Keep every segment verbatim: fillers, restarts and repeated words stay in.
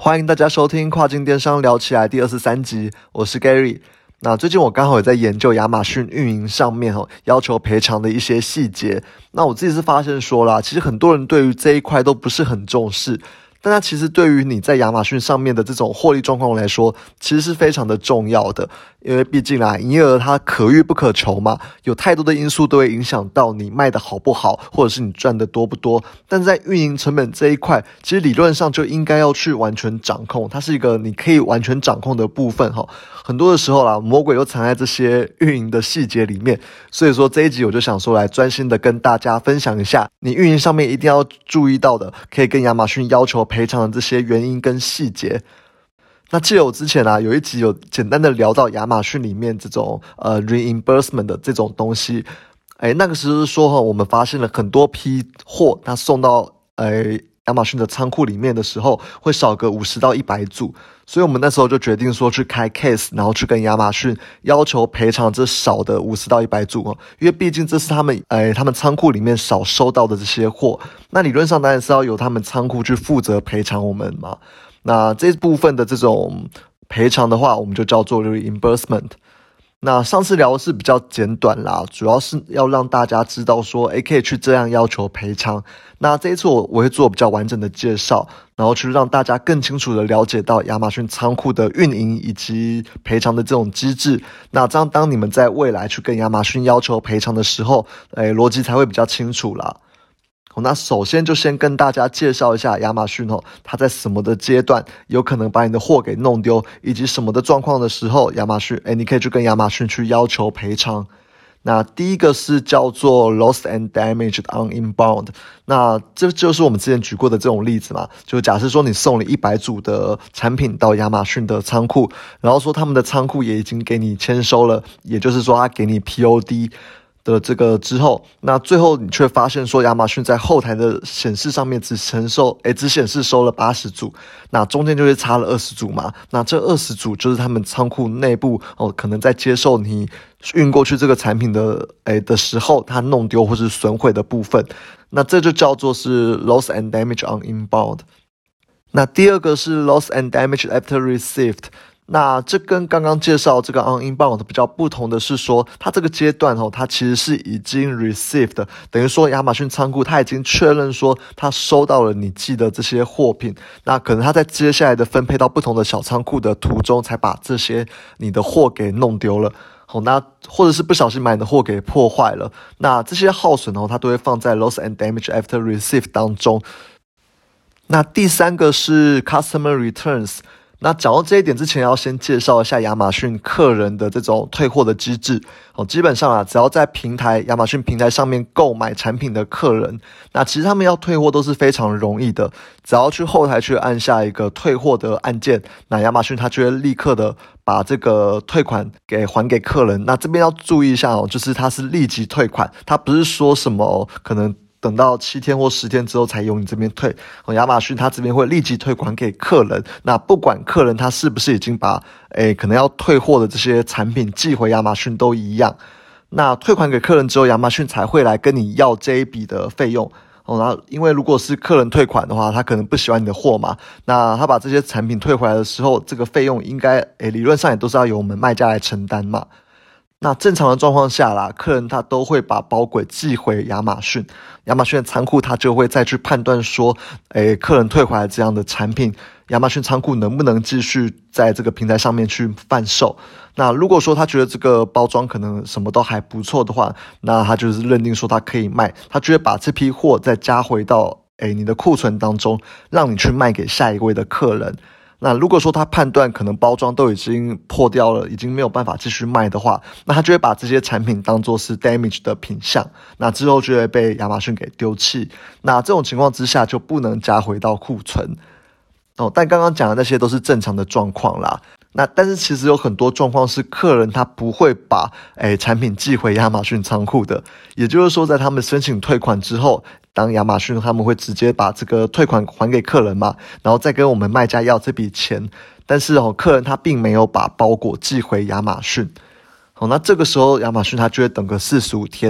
欢迎大家收听跨境电商聊起来第二十三集，我是 Gary。那最近我刚好也在研究亚马逊运营上面哦要求赔偿的一些细节。那我自己是发现说啦，其实很多人对于这一块都不是很重视，但它其实对于你在亚马逊上面的这种获利状况来说，其实是非常的重要的。因为毕竟啦，营业额它可遇不可求嘛，有太多的因素都会影响到你卖的好不好，或者是你赚的多不多。但是在运营成本这一块，其实理论上就应该要去完全掌控，它是一个你可以完全掌控的部分齁。很多的时候啦，魔鬼都藏在这些运营的细节里面。所以说这一集我就想说来专心的跟大家分享一下，你运营上面一定要注意到的，可以跟亚马逊要求赔偿的这些原因跟细节。那记得我之前啊有一集有简单的聊到亚马逊里面这种呃 reimbursement 的这种东西，诶那个时候是说哈，我们发现了很多批货，它送到诶亚马逊的仓库里面的时候会少个五十到一百组，所以我们那时候就决定说去开 case， 然后去跟亚马逊要求赔偿这少的五十到一百组哦，因为毕竟这是他们诶他们仓库里面少收到的这些货，那理论上当然是要由他们仓库去负责赔偿我们嘛。那这部分的这种赔偿的话，我们就叫做 reimbursement。那上次聊的是比较简短啦，主要是要让大家知道说，诶，可以去这样要求赔偿。那这一次我我会做比较完整的介绍，然后去让大家更清楚的了解到亚马逊仓库的运营以及赔偿的这种机制。那这样当你们在未来去跟亚马逊要求赔偿的时候，诶，逻辑才会比较清楚啦。那首先就先跟大家介绍一下亚马逊哦，它在什么的阶段有可能把你的货给弄丢，以及什么的状况的时候，亚马逊诶你可以去跟亚马逊去要求赔偿。那第一个是叫做 lost and damaged on inbound， 那这就是我们之前举过的这种例子嘛，就假设说你送了一百组的产品到亚马逊的仓库，然后说他们的仓库也已经给你签收了，也就是说他给你 P O D的这个之后，那最后你却发现说亚马逊在后台的显示上面只承受诶只显示收了八十组，那中间就会差了二十组嘛，那这二十组就是他们仓库内部哦可能在接受你运过去这个产品的诶的时候它弄丢或是损毁的部分，那这就叫做是 loss and damage on inbound。 那第二个是 loss and damage after received，那这跟刚刚介绍这个 on inbound 比较不同的是说，它这个阶段哦，它其实是已经 received 的，等于说亚马逊仓库它已经确认说它收到了你寄的这些货品，那可能它在接下来的分配到不同的小仓库的途中才把这些你的货给弄丢了。好，那或者是不小心把你的货给破坏了，那这些耗损哦，它都会放在 loss and damage after receive 当中。那第三个是 customer returns。那讲到这一点之前，要先介绍一下亚马逊客人的这种退货的机制。哦，基本上啊，只要在平台亚马逊平台上面购买产品的客人，那其实他们要退货都是非常容易的，只要去后台去按下一个退货的按键，那亚马逊它就会立刻的把这个退款给还给客人。那这边要注意一下哦，就是它是立即退款，它不是说什么可能等到七天或十天之后才由你这边退，亚马逊它这边会立即退款给客人。那不管客人他是不是已经把诶可能要退货的这些产品寄回亚马逊都一样。那退款给客人之后，亚马逊才会来跟你要这一笔的费用。哦，然后因为如果是客人退款的话，他可能不喜欢你的货嘛，那他把这些产品退回来的时候，这个费用应该诶理论上也都是要由我们卖家来承担嘛。那正常的状况下啦，客人他都会把包裹寄回亚马逊，亚马逊的仓库他就会再去判断说，诶，客人退回来这样的产品，亚马逊仓库能不能继续在这个平台上面去贩售。那如果说他觉得这个包装可能什么都还不错的话，那他就是认定说他可以卖，他就会把这批货再加回到诶你的库存当中，让你去卖给下一位的客人。那如果说他判断可能包装都已经破掉了，已经没有办法继续卖的话，那他就会把这些产品当作是 damage 的品项，那之后就会被亚马逊给丢弃。那这种情况之下就不能加回到库存。哦，但刚刚讲的那些都是正常的状况啦。那但是其实有很多状况是客人他不会把诶产品寄回亚马逊仓库的，也就是说在他们申请退款之后，当亚马逊他们会直接把这个退款还给客人嘛，然后再跟我们卖家要这笔钱，但是哦客人他并没有把包裹寄回亚马逊。好，那这个时候亚马逊他就会等个四十五天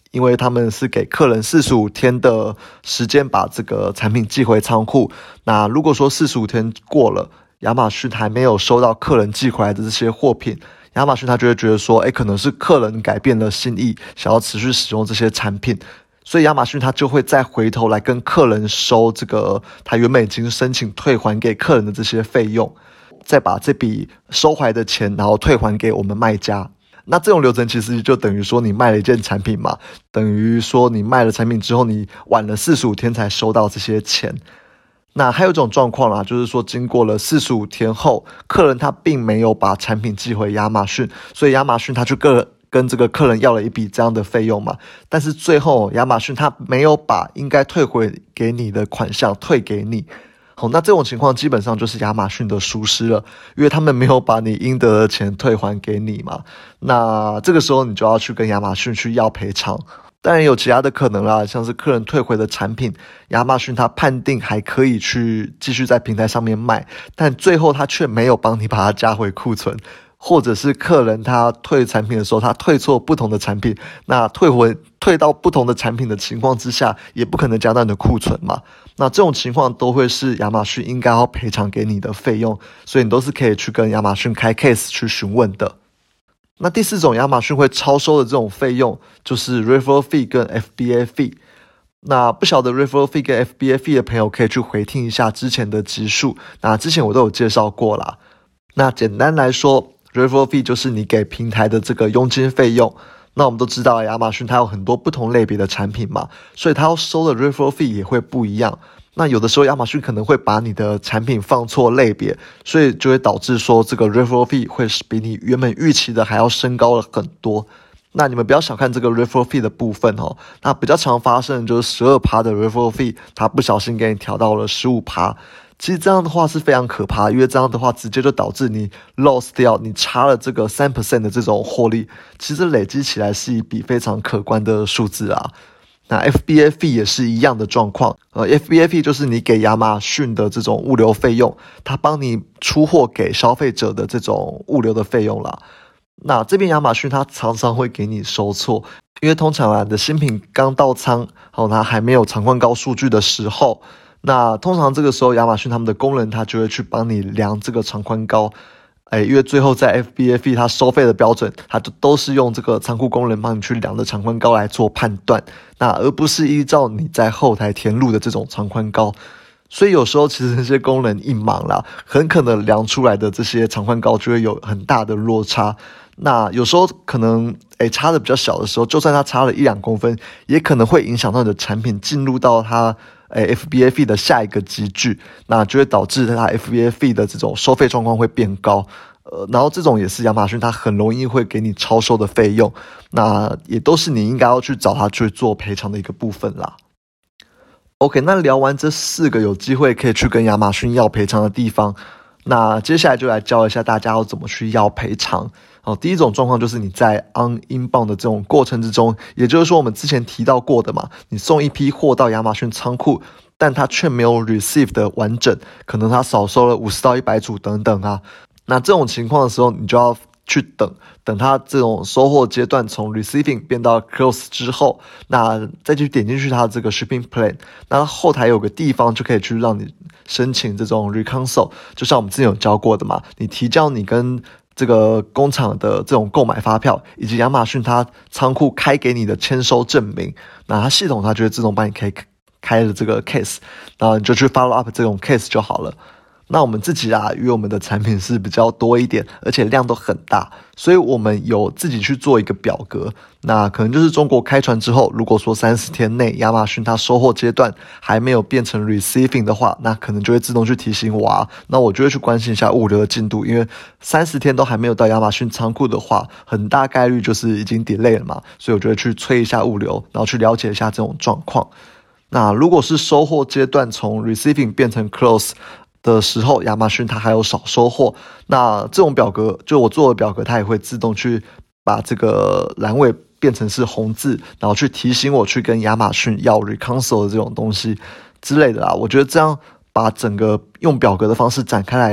因为他们是给客人四十五天的时间把这个产品寄回仓库。那如果说四十五天过了，亚马逊还没有收到客人寄回来的这些货品，亚马逊他就会觉得说，诶，可能是客人改变了心意，想要持续使用这些产品，所以亚马逊他就会再回头来跟客人收这个他原本已经申请退还给客人的这些费用，再把这笔收回来的钱然后退还给我们卖家。那这种流程其实就等于说你卖了一件产品嘛，等于说你卖了产品之后，你晚了四十五天才收到这些钱。那还有一种状况啦，就是说经过了四十五天后，客人他并没有把产品寄回亚马逊，所以亚马逊他就跟跟这个客人要了一笔这样的费用嘛，但是最后亚马逊他没有把应该退回给你的款项退给你。好，那这种情况基本上就是亚马逊的疏失了，因为他们没有把你应得的钱退还给你嘛。那这个时候你就要去跟亚马逊去要赔偿。当然有其他的可能啦，像是客人退回的产品，亚马逊他判定还可以去继续在平台上面卖，但最后他却没有帮你把它加回库存。或者是客人他退产品的时候，他退错不同的产品，那退回退到不同的产品的情况之下，也不可能加到你的库存嘛。那这种情况都会是亚马逊应该要赔偿给你的费用，所以你都是可以去跟亚马逊开 case 去询问的。那第四种亚马逊会超收的这种费用，就是 referral fee 跟 F B A fee。那不晓得 referral fee 跟 F B A fee 的朋友可以去回听一下之前的集数，那之前我都有介绍过啦。那简单来说， referral fee 就是你给平台的这个佣金费用。那我们都知道亚马逊它有很多不同类别的产品嘛，所以它要收的 referral fee 也会不一样。那有的时候亚马逊可能会把你的产品放错类别，所以就会导致说这个 referral fee 会比你原本预期的还要升高了很多。那你们不要小看这个 referral fee 的部分哦，那比较常发生的就是 百分之十二 的 referral fee 它不小心给你调到了 百分之十五。其实这样的话是非常可怕，因为这样的话直接就导致你 loss 掉，你差了这个 百分之三 的这种获利，其实累积起来是一笔非常可观的数字啊。那 F B A fee 也是一样的状况，呃 F B A fee 就是你给亚马逊的这种物流费用，它帮你出货给消费者的这种物流的费用啦。那这边亚马逊它常常会给你收错，因为通常啊你的新品刚到仓，好，它还没有长宽高数据的时候，那通常这个时候亚马逊他们的工人他就会去帮你量这个长宽高，哎，因为最后在 F B A fee 它收费的标准，它就都是用这个仓库工人帮你去量的长宽高来做判断，那而不是依照你在后台填入的这种长宽高。所以有时候其实这些工人一忙啦，很可能量出来的这些长宽高就会有很大的落差。那有时候可能诶差的比较小的时候，就算它差了一两公分，也可能会影响到你的产品进入到它诶 F B A fee 的下一个级距，那就会导致它 F B A fee 的这种收费状况会变高。呃，然后这种也是亚马逊它很容易会给你超收的费用，那也都是你应该要去找它去做赔偿的一个部分啦。OK， 那聊完这四个有机会可以去跟亚马逊要赔偿的地方，那接下来就来教一下大家要怎么去要赔偿。好，第一种状况就是你在 on inbound 的这种过程之中，也就是说我们之前提到过的嘛，你送一批货到亚马逊仓库，但它却没有 receive 的完整，可能它少收了五十到一百组等等啊。那这种情况的时候，你就要去等等它这种收货阶段从 receiving 变到 close 之后，那再去点进去它这个 shipping plan， 那后台有个地方就可以去让你申请这种 reconcile， 就像我们之前有教过的嘛，你提交你跟这个工厂的这种购买发票，以及亚马逊它仓库开给你的签收证明，那它系统它就会自动帮你开开了这个 case， 然后你就去 follow up 这种 case 就好了。那我们自己啊，因为我们的产品是比较多一点，而且量都很大，所以我们有自己去做一个表格。那可能就是中国开船之后，如果说三十天内亚马逊它收货阶段还没有变成 receiving 的话，那可能就会自动去提醒我啊。那我就会去关心一下物流的进度，因为三十天都还没有到亚马逊仓库的话，很大概率就是已经 delay 了嘛，所以我就会去催一下物流，然后去了解一下这种状况。那如果是收货阶段从 receiving 变成 close的时候，亚马逊它还有少收货，那这种表格就我做的表格，它也会自动去把这个栏位变成是红字，然后去提醒我去跟亚马逊要 reconcile 的这种东西之类的啦。我觉得这样把整个用表格的方式展开来，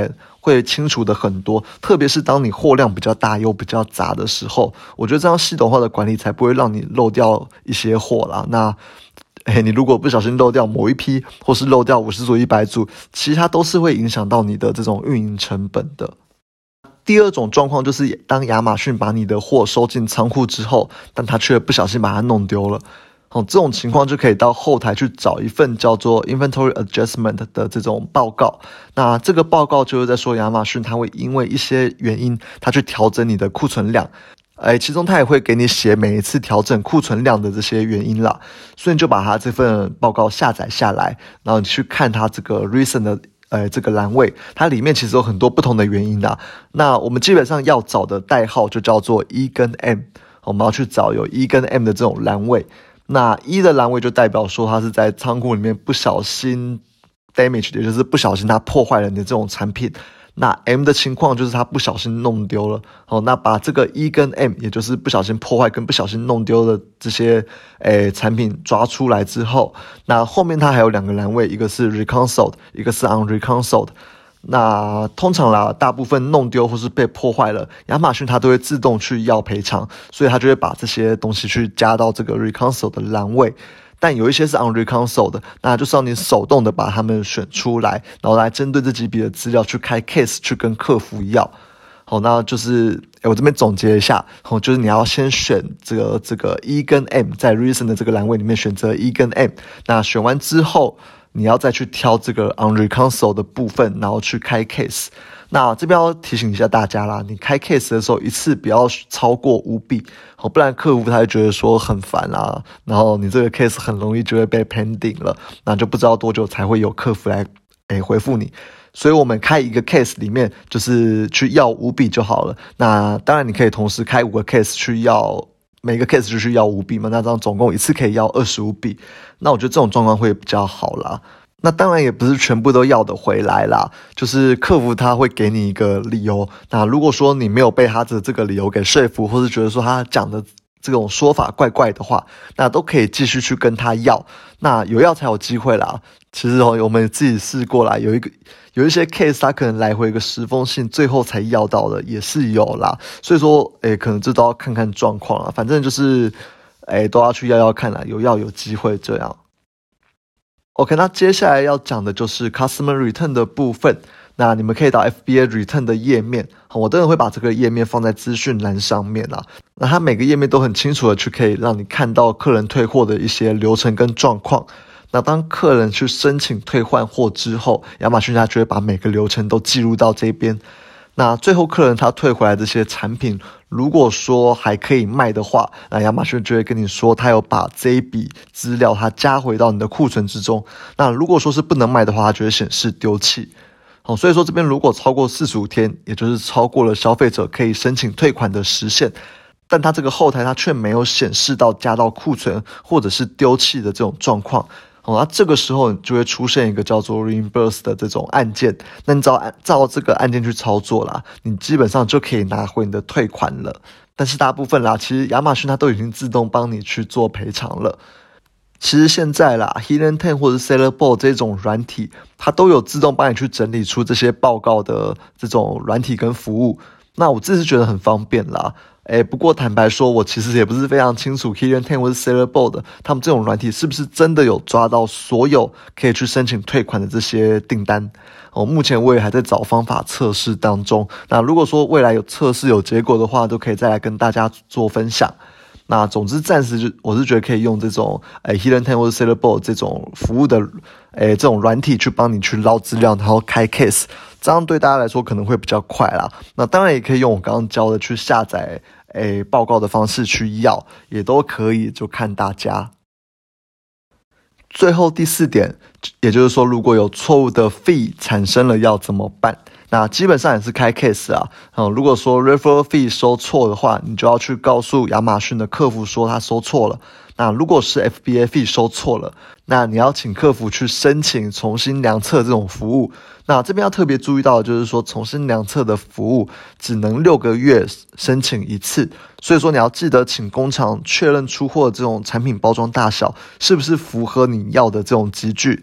会清楚的很多，特别是当你货量比较大又比较杂的时候，我觉得这样系统化的管理才不会让你漏掉一些货啦。那哎，你如果不小心漏掉某一批，或是漏掉五十组、一百组，其实它都是会影响到你的这种运营成本的。第二种状况就是当亚马逊把你的货收进仓库之后，但他却不小心把它弄丢了。哦，这种情况就可以到后台去找一份叫做 Inventory Adjustment 的这种报告。那这个报告就是在说亚马逊它会因为一些原因，它去调整你的库存量。哎，其中它也会给你写每一次调整库存量的这些原因啦。所以你就把它这份报告下载下来，然后你去看它这个 Reason 的呃这个栏位，它里面其实有很多不同的原因啦。那我们基本上要找的代号就叫做 E 跟 M， 我们要去找有 E 跟 M 的这种栏位。那一的栏位就代表说它是在仓库里面不小心 damage， 也就是不小心它破坏了你的这种产品。那 M 的情况就是它不小心弄丢了。好，那把这个 E 跟 M， 也就是不小心破坏跟不小心弄丢的这些诶产品抓出来之后，那后面它还有两个栏位，一个是 reconciled， 一个是 unreconciled。那通常啦，大部分弄丢或是被破坏了，亚马逊它都会自动去要赔偿，所以它就会把这些东西去加到这个 reconcile 的栏位。但有一些是 unreconciled 的，那就是要你手动的把它们选出来，然后来针对这几笔的资料去开 case 去跟客服要。好，那就是我这边总结一下，好，就是你要先选这个这个 E 跟 M， 在 reason 的这个栏位里面选择 E 跟 M， 那选完之后你要再去挑这个 unreconciled 的部分，然后去开 case。那这边要提醒一下大家啦，你开 case 的时候一次不要超过五笔，好，不然客户他会觉得说很烦啦，然后你这个 case 很容易就会被 pending 了，那就不知道多久才会有客服来诶回复你。所以我们开一个 case 里面就是去要五笔就好了。那当然你可以同时开五个 case 去要，每个 case 就去要五笔嘛，那这样总共一次可以要二十五笔。那我觉得这种状况会比较好啦。那当然也不是全部都要得回来啦，就是客服他会给你一个理由。那如果说你没有被他的这个理由给说服，或是觉得说他讲的这种说法怪怪的话，那都可以继续去跟他要。那有要才有机会啦。其实哦，我们自己试过啦，有一个有一些 case 他可能来回个十封信，最后才要到的也是有啦。所以说，诶，可能这都要看看状况啦。反正就是，诶，都要去要要看啦，有要有机会这样。OK， 那接下来要讲的就是 Customer Return 的部分。那你们可以到 F B A Return 的页面，我真的会把这个页面放在资讯栏上面啦。那它每个页面都很清楚的去可以让你看到客人退货的一些流程跟状况。那当客人去申请退换货之后，亚马逊它就会把每个流程都记录到这边。那最后客人他退回来这些产品，如果说还可以卖的话，那亚马逊就会跟你说他有把这一笔资料它加回到你的库存之中。那如果说是不能卖的话，它就会显示丢弃。好，所以说这边如果超过四十五天，也就是超过了消费者可以申请退款的时限，但它这个后台它却没有显示到加到库存或者是丢弃的这种状况。好，那这个时候就会出现一个叫做 reimburse 的这种按键，那你只要照这个按键去操作啦，你基本上就可以拿回你的退款了。但是大部分啦，其实亚马逊它都已经自动帮你去做赔偿了。其实现在啦 Helium 十或者 Sellable 这种软体，它都有自动帮你去整理出这些报告的这种软体跟服务。那我自己是觉得很方便啦。诶，不过坦白说，我其实也不是非常清楚 Helium 十或是 Sellable 的他们这种软体是不是真的有抓到所有可以去申请退款的这些订单。哦，目前我也还在找方法测试当中。那如果说未来有测试有结果的话，都可以再来跟大家做分享。那总之暂时就我是觉得可以用这种诶 Helium 十或者 Sellable 这种服务的诶这种软体去帮你去捞资料，然后开 case， 这样对大家来说可能会比较快啦。那当然也可以用我刚刚教的去下载诶报告的方式去要，也都可以，就看大家。最后第四点，也就是说如果有错误的 fee 产生了要怎么办？那基本上也是开 case 啊、嗯、如果说 referral fee 收错的话，你就要去告诉亚马逊的客服说他收错了。那如果是 F B A fee 收错了，那你要请客服去申请重新量测这种服务。那这边要特别注意到的就是说，重新量测的服务只能六个月申请一次，所以说你要记得请工厂确认出货的这种产品包装大小是不是符合你要的这种级距。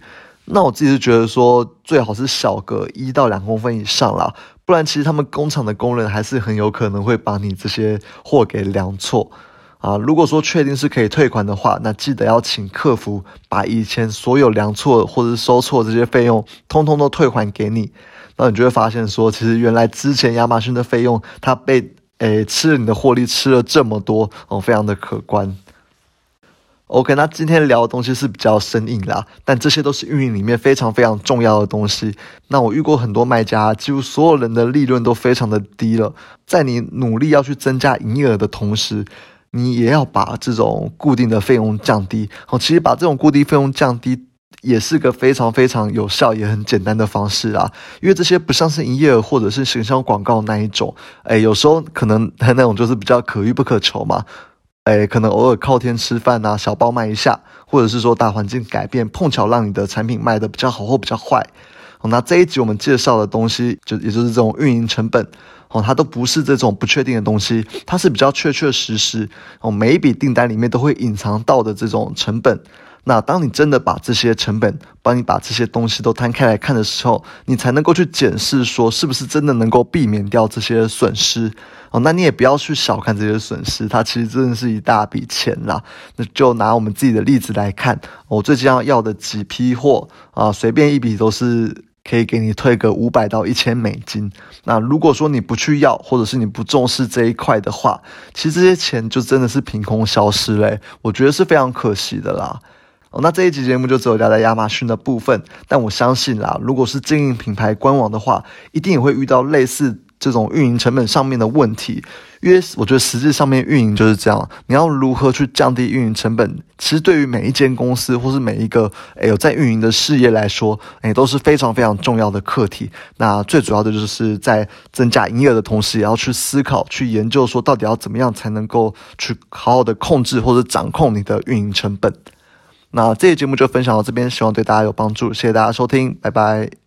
那我自己是觉得说，最好是小个一到两公分以上啦，不然其实他们工厂的工人还是很有可能会把你这些货给量错啊。如果说确定是可以退款的话，那记得要请客服把以前所有量错或者是收错这些费用通通都退还给你。那你就会发现说，其实原来之前亚马逊的费用它被诶吃了你的获利吃了这么多哦，非常的可观。OK， 那今天聊的东西是比较生硬啦，但这些都是运营里面非常非常重要的东西。那我遇过很多卖家，几乎所有人的利润都非常的低了，在你努力要去增加营业额的同时，你也要把这种固定的费用降低。好，其实把这种固定费用降低也是个非常非常有效也很简单的方式啊，因为这些不像是营业额或者是行销广告那一种，哎，有时候可能那种就是比较可遇不可求嘛。诶，可能偶尔靠天吃饭啊，小包卖一下，或者是说大环境改变，碰巧让你的产品卖得比较好或比较坏。好，那这一集我们介绍的东西，就也就是这种运营成本，哦，它都不是这种不确定的东西，它是比较确确实实，哦，每一笔订单里面都会隐藏到的这种成本。那当你真的把这些成本，帮你把这些东西都摊开来看的时候，你才能够去检视说是不是真的能够避免掉这些损失。哦，那你也不要去小看这些损失，它其实真的是一大笔钱啦。那就拿我们自己的例子来看，我最近要要的几批货啊，随便一笔都是可以给你退个五百到一千美金。那如果说你不去要，或者是你不重视这一块的话，其实这些钱就真的是凭空消失嘞，我觉得是非常可惜的啦。哦，那这一集节目就只有聊在亚马逊的部分，但我相信啦，如果是经营品牌官网的话，一定也会遇到类似这种运营成本上面的问题，因为我觉得实际上面运营就是这样，你要如何去降低运营成本，其实对于每一间公司或是每一个诶有在运营的事业来说，诶都是非常非常重要的课题。那最主要的就是在增加营业额的同时，也要去思考、去研究说到底要怎么样才能够去好好的控制或者掌控你的运营成本。那这期节目就分享到这边，希望对大家有帮助，谢谢大家收听，拜拜。